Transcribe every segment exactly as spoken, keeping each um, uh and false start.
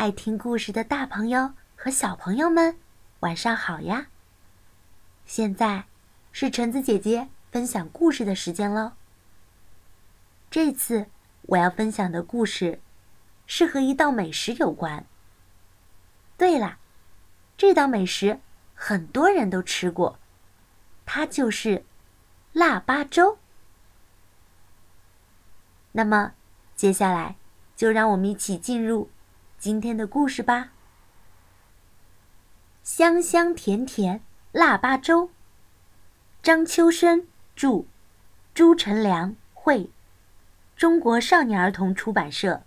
爱听故事的大朋友和小朋友们，晚上好呀！现在是橙子姐姐分享故事的时间喽。这次我要分享的故事是和一道美食有关。对了，这道美食很多人都吃过，它就是腊八粥。那么接下来就让我们一起进入今天的故事吧。香香甜甜腊八粥，张秋生著，朱成良绘，中国少年儿童出版社。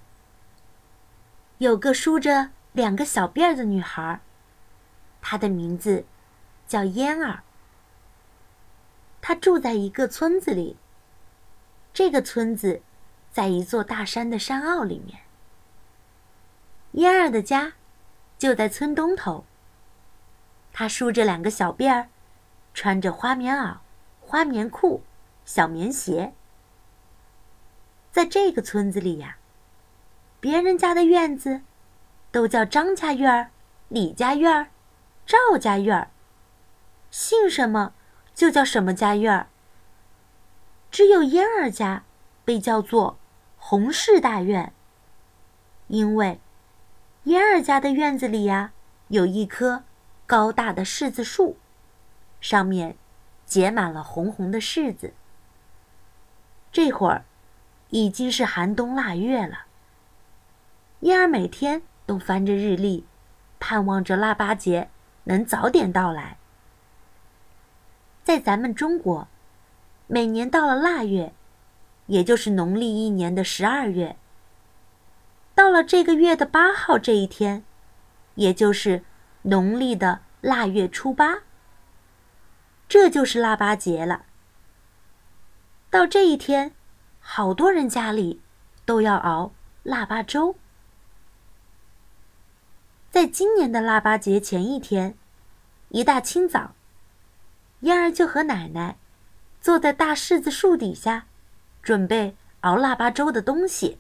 有个梳着两个小辫儿的女孩，她的名字叫嫣儿。她住在一个村子里，这个村子在一座大山的山坳里面。嫣儿的家就在村东头。她梳着两个小辫儿，穿着花棉袄、花棉裤、小棉鞋。在这个村子里呀，别人家的院子都叫张家院儿、李家院儿、赵家院儿，姓什么就叫什么家院儿。只有嫣儿家被叫做洪氏大院，因为嫣儿家的院子里呀，有一棵高大的柿子树，上面结满了红红的柿子。这会儿已经是寒冬腊月了，嫣儿每天都翻着日历，盼望着腊八节能早点到来。在咱们中国，每年到了腊月，也就是农历一年的十二月，到了这个月的八号这一天，也就是农历的腊月初八，这就是腊八节了。到这一天，好多人家里都要熬腊八粥。在今年的腊八节前一天，一大清早，嫣儿就和奶奶坐在大柿子树底下，准备熬腊八粥的东西。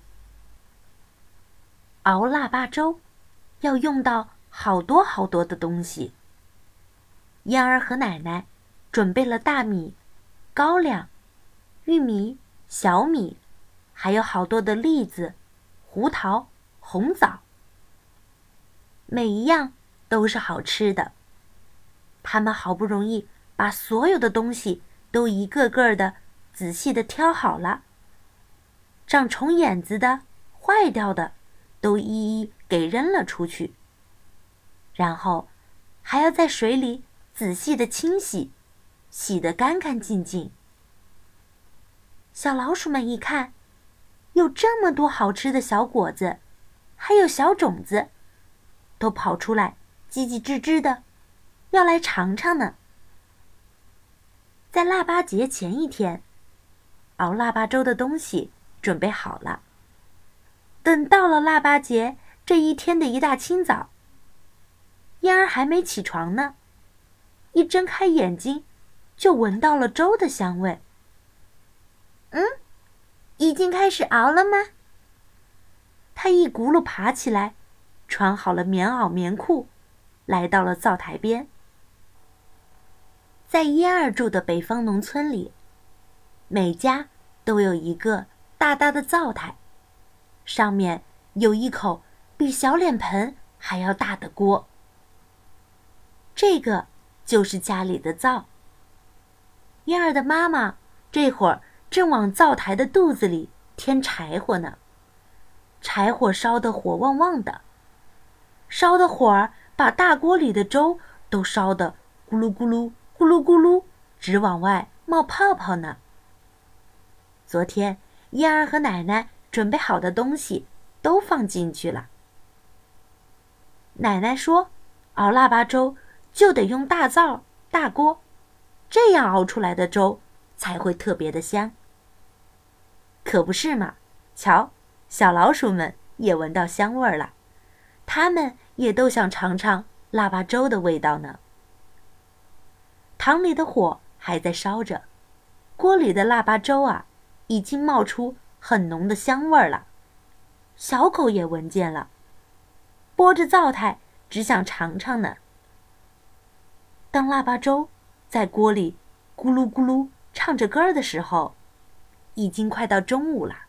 熬腊八粥要用到好多好多的东西。嫣儿和奶奶准备了大米、高粱、玉米、小米，还有好多的栗子、胡桃、红枣，每一样都是好吃的。他们好不容易把所有的东西都一个个的仔细的挑好了，长虫眼子的、坏掉的都一一给扔了出去，然后还要在水里仔细的清洗，洗得干干净净。小老鼠们一看，有这么多好吃的小果子，还有小种子，都跑出来叽叽吱吱的，要来尝尝呢。在腊八节前一天，熬腊八粥的东西准备好了。等到了腊八节这一天的一大清早，嫣儿还没起床呢，一睁开眼睛就闻到了粥的香味。嗯，已经开始熬了吗？她一骨碌爬起来，穿好了棉袄棉裤，来到了灶台边。在嫣儿住的北方农村里，每家都有一个大大的灶台，上面有一口比小脸盆还要大的锅。这个就是家里的灶。嫣儿的妈妈这会儿正往灶台的肚子里添柴火呢，柴火烧得火旺旺的，烧的火儿把大锅里的粥都烧得咕噜咕噜咕噜咕噜直往外冒泡泡呢。昨天嫣儿和奶奶准备好的东西都放进去了。奶奶说，熬腊八粥就得用大灶大锅，这样熬出来的粥才会特别的香。可不是嘛，瞧，小老鼠们也闻到香味儿了，它们也都想尝尝腊八粥的味道呢。堂里的火还在烧着，锅里的腊八粥啊，已经冒出很浓的香味儿了。小狗也闻见了， 拨着灶台，只想尝尝呢。当腊八粥在锅里咕噜咕噜唱着歌的时候，已经快到中午了。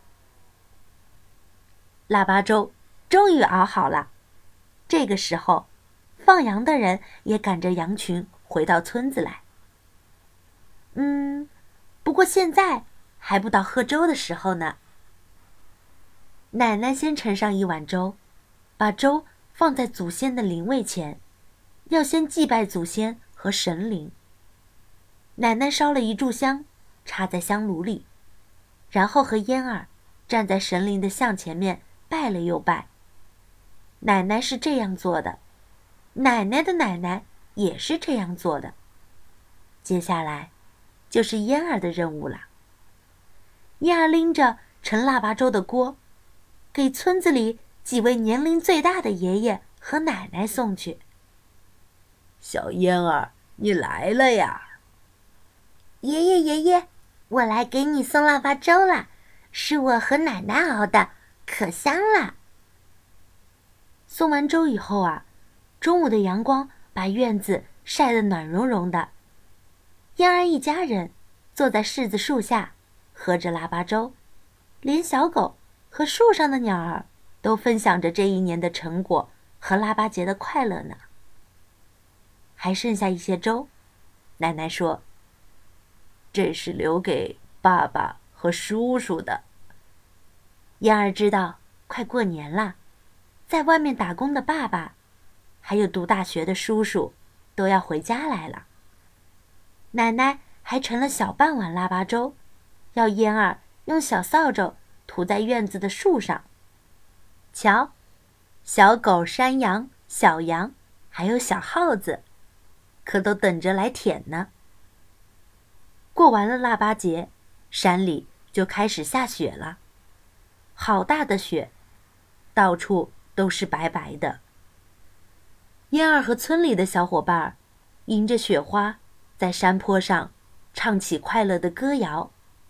腊八粥终于熬好了，这个时候，放羊的人也赶着羊群回到村子来。嗯，不过现在还不到喝粥的时候呢。奶奶先盛上一碗粥，把粥放在祖先的灵位前，要先祭拜祖先和神灵。奶奶烧了一炷香，插在香炉里，然后和嫣儿站在神灵的像前面拜了又拜。奶奶是这样做的，奶奶的奶奶也是这样做的。接下来就是嫣儿的任务了。嫣儿拎着盛腊八粥的锅，给村子里几位年龄最大的爷爷和奶奶送去。 小嫣儿，你来了呀！ 爷爷爷爷，我来给你送腊八粥了，是我和奶奶熬的，可香了。 送完粥以后啊，中午的阳光把院子晒得暖融融的。嫣儿一家人坐在柿子树下，喝着腊八粥，连小狗和树上的鸟儿都分享着这一年的成果和腊八节的快乐呢。还剩下一些粥，奶奶说：“ 这是留给爸爸和叔叔的。” 嫣儿知道快过年了，在外面打工的爸爸，还有读大学的叔叔，都要回家来了。奶奶还盛了小半碗腊八粥，要嫣儿用小扫帚涂在院子的树上。瞧，小狗、山羊、小羊，还有小耗子，可都等着来舔呢。过完了腊八节，山里就开始下雪了，好大的雪，到处都是白白的。嫣儿和村里的小伙伴迎着雪花，在山坡上唱起快乐的歌谣。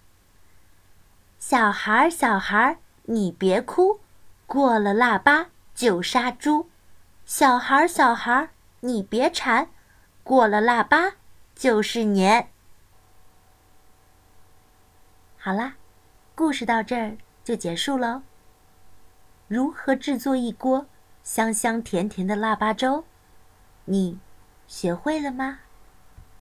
小孩儿，小孩儿，你别哭，过了腊八就杀猪。小孩儿，小孩儿，你别馋，过了腊八就是年。好啦，故事到这儿就结束喽。如何制作一锅香香甜甜的腊八粥，你学会了吗？